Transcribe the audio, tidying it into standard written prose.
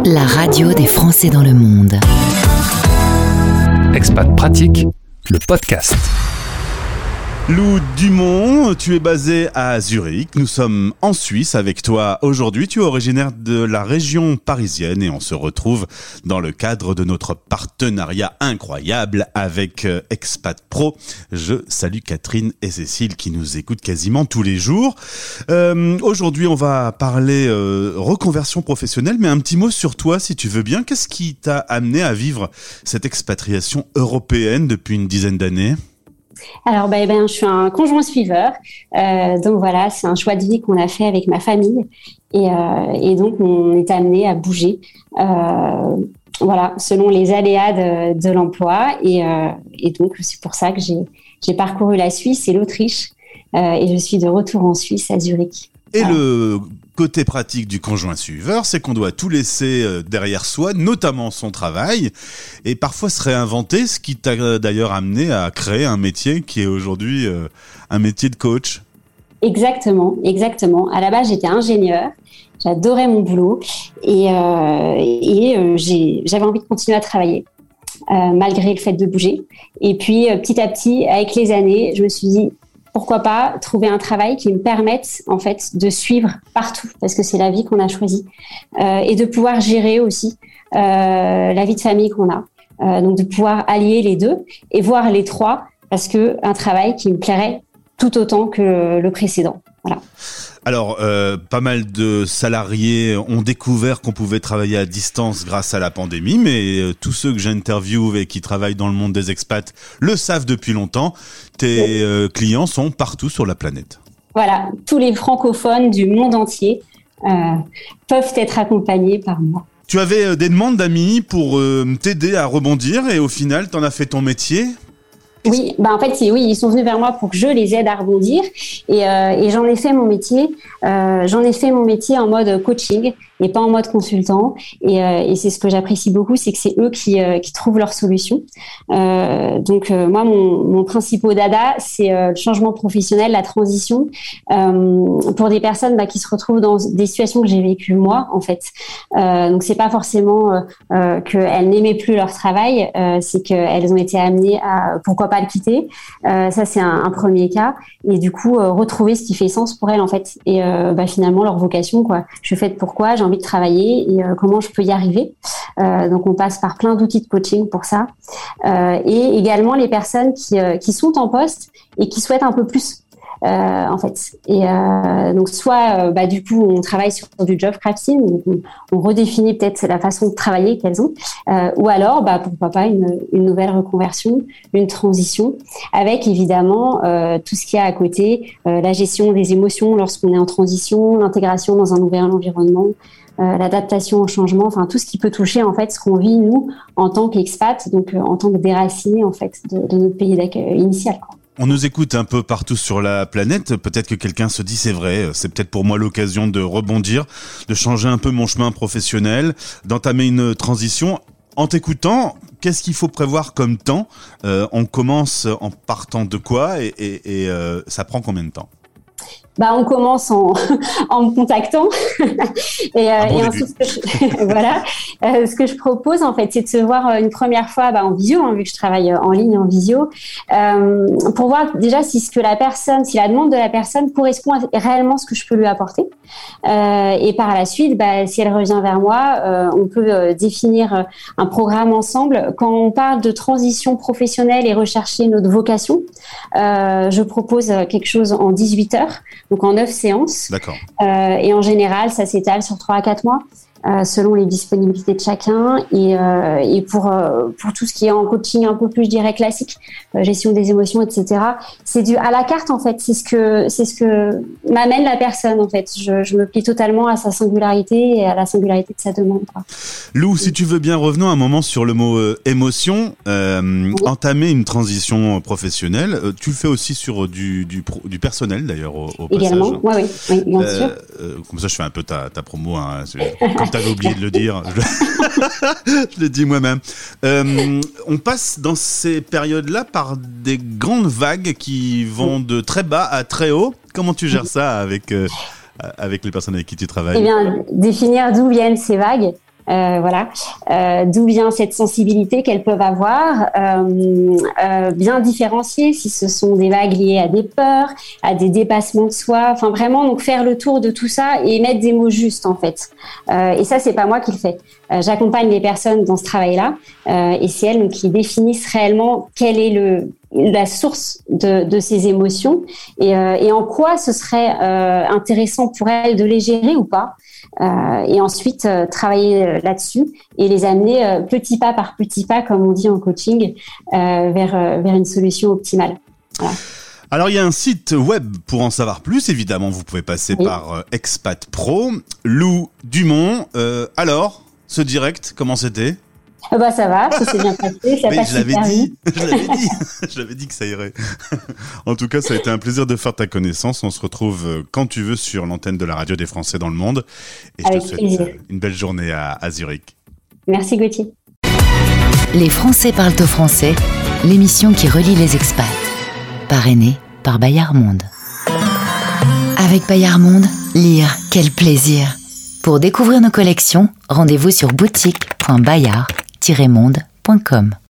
La radio des Français dans le monde. Expat Pratique, le podcast. Lou Dumont, tu es basé à Zurich. Nous sommes en Suisse avec toi aujourd'hui. Tu es originaire de la région parisienne et on se retrouve dans le cadre de notre partenariat incroyable avec Expat Pro. Je salue Catherine et Cécile qui nous écoutent quasiment tous les jours. Aujourd'hui, on va parler reconversion professionnelle, mais un petit mot sur toi si tu veux bien. Qu'est-ce qui t'a amené à vivre cette expatriation européenne depuis une dizaine d'années ? Alors, je suis un conjoint suiveur, donc voilà, c'est un choix de vie qu'on a fait avec ma famille et donc on est amené à bouger, selon les aléas de l'emploi et donc c'est pour ça que j'ai parcouru la Suisse et l'Autriche et je suis de retour en Suisse à Zurich. Et le côté pratique du conjoint suiveur, c'est qu'on doit tout laisser derrière soi, notamment son travail, et parfois se réinventer, ce qui t'a d'ailleurs amené à créer un métier qui est aujourd'hui un métier de coach. Exactement. À la base, j'étais ingénieure, j'adorais mon boulot et j'avais envie de continuer à travailler. Malgré le fait de bouger. Et puis, petit à petit, avec les années, je me suis dit, pourquoi pas trouver un travail qui me permette en fait de suivre partout, parce que c'est la vie qu'on a choisie, et de pouvoir gérer aussi la vie de famille qu'on a. Donc de pouvoir allier les deux et voir les trois, parce que un travail qui me plairait tout autant que le précédent. Voilà. Alors, pas mal de salariés ont découvert qu'on pouvait travailler à distance grâce à la pandémie, mais tous ceux que j'interviewe et qui travaillent dans le monde des expats le savent depuis longtemps. Tes clients sont partout sur la planète. Voilà, tous les francophones du monde entier peuvent être accompagnés par moi. Tu avais des demandes d'amis pour t'aider à rebondir et au final, t'en as fait ton métier ? Oui, ils sont venus vers moi pour que je les aide à rebondir et j'en ai fait mon métier. J'en ai fait mon métier en mode coaching et pas en mode consultant. Et c'est ce que j'apprécie beaucoup, c'est que c'est eux qui trouvent leurs solutions. Moi, mon principal dada, c'est le changement professionnel, la transition pour des personnes qui se retrouvent dans des situations que j'ai vécues moi, en fait. Donc c'est pas forcément qu'elles n'aimaient plus leur travail, c'est qu'elles ont été amenées à pourquoi pas le quitter. Ça c'est un premier cas. Et du coup retrouver ce qui fait sens pour elles en fait. Et finalement leur vocation quoi. Je suis faite pourquoi, j'ai envie de travailler et comment je peux y arriver. Donc on passe par plein d'outils de coaching pour ça. Et également les personnes qui sont en poste et qui souhaitent un peu plus. En fait. Et donc soit du coup on travaille sur du job crafting, donc on redéfinit peut-être la façon de travailler qu'elles ont, ou alors pourquoi pas une nouvelle reconversion, une transition, avec évidemment tout ce qu'il y a à côté, la gestion des émotions lorsqu'on est en transition, l'intégration dans un nouvel environnement, l'adaptation au changement, enfin tout ce qui peut toucher en fait ce qu'on vit nous en tant qu'expat, donc en tant que déracinés en fait de notre pays d'accueil initial quoi. On nous écoute un peu partout sur la planète. Peut-être que quelqu'un se dit c'est vrai, c'est peut-être pour moi l'occasion de rebondir, de changer un peu mon chemin professionnel, d'entamer une transition. En t'écoutant, qu'est-ce qu'il faut prévoir comme temps ? On commence en partant de quoi et ça prend combien de temps ? On commence en me contactant et ensuite ce que je propose en fait c'est de se voir une première fois en visio vu que je travaille en ligne en visio pour voir déjà si la demande de la personne correspond réellement à ce que je peux lui apporter et par la suite si elle revient vers moi on peut définir un programme ensemble. Quand on parle de transition professionnelle et rechercher notre vocation, je propose quelque chose en 18 heures. Donc en 9 séances. D'accord. Et en général, ça s'étale sur 3 à 4 mois, selon les disponibilités de chacun. Et pour tout ce qui est en coaching un peu plus, je dirais, classique, gestion des émotions, etc. C'est du à la carte, en fait. C'est ce que m'amène la personne, en fait. Je me plie totalement à sa singularité et à la singularité de sa demande, quoi. Lou, si tu veux bien, revenons un moment sur le mot émotion. Entamer une transition professionnelle, tu le fais aussi sur du personnel, d'ailleurs, au également. Passage. Oui, bien sûr. Comme ça, je fais un peu ta promo. Hein. Comme tu avais oublié de le dire, je le dis moi-même. On passe dans ces périodes-là par des grandes vagues qui vont de très bas à très haut. Comment tu gères ça avec les personnes avec qui tu travailles ? Eh bien, définir d'où viennent ces vagues. voilà, d'où vient cette sensibilité qu'elles peuvent avoir, bien différencier si ce sont des vagues liées à des peurs, à des dépassements de soi, enfin vraiment donc faire le tour de tout ça et mettre des mots justes en fait. Et ça c'est pas moi qui le fais. J'accompagne les personnes dans ce travail-là et c'est elles qui définissent réellement quelle est la source de ces émotions et en quoi ce serait intéressant pour elles de les gérer ou pas. Et ensuite travailler là-dessus et les amener petit pas par petit pas, comme on dit en coaching, vers une solution optimale. Voilà. Alors, il y a un site web pour en savoir plus. Évidemment, vous pouvez passer par Expat Pro. Lou Dumont, alors, ce direct, comment c'était ? Ça va, ça s'est bien passé, ça passe super vite. Je l'avais dit que ça irait. En tout cas, ça a été un plaisir de faire ta connaissance. On se retrouve quand tu veux sur l'antenne de la radio des Français dans le monde. Et je te souhaite une belle journée à Zurich. Merci Gauthier. Les Français parlent au français, l'émission qui relie les expats. Parrainée par Bayard Monde. Avec Bayard Monde, lire, quel plaisir! Pour découvrir nos collections, rendez-vous sur boutique.bayard-monde.com.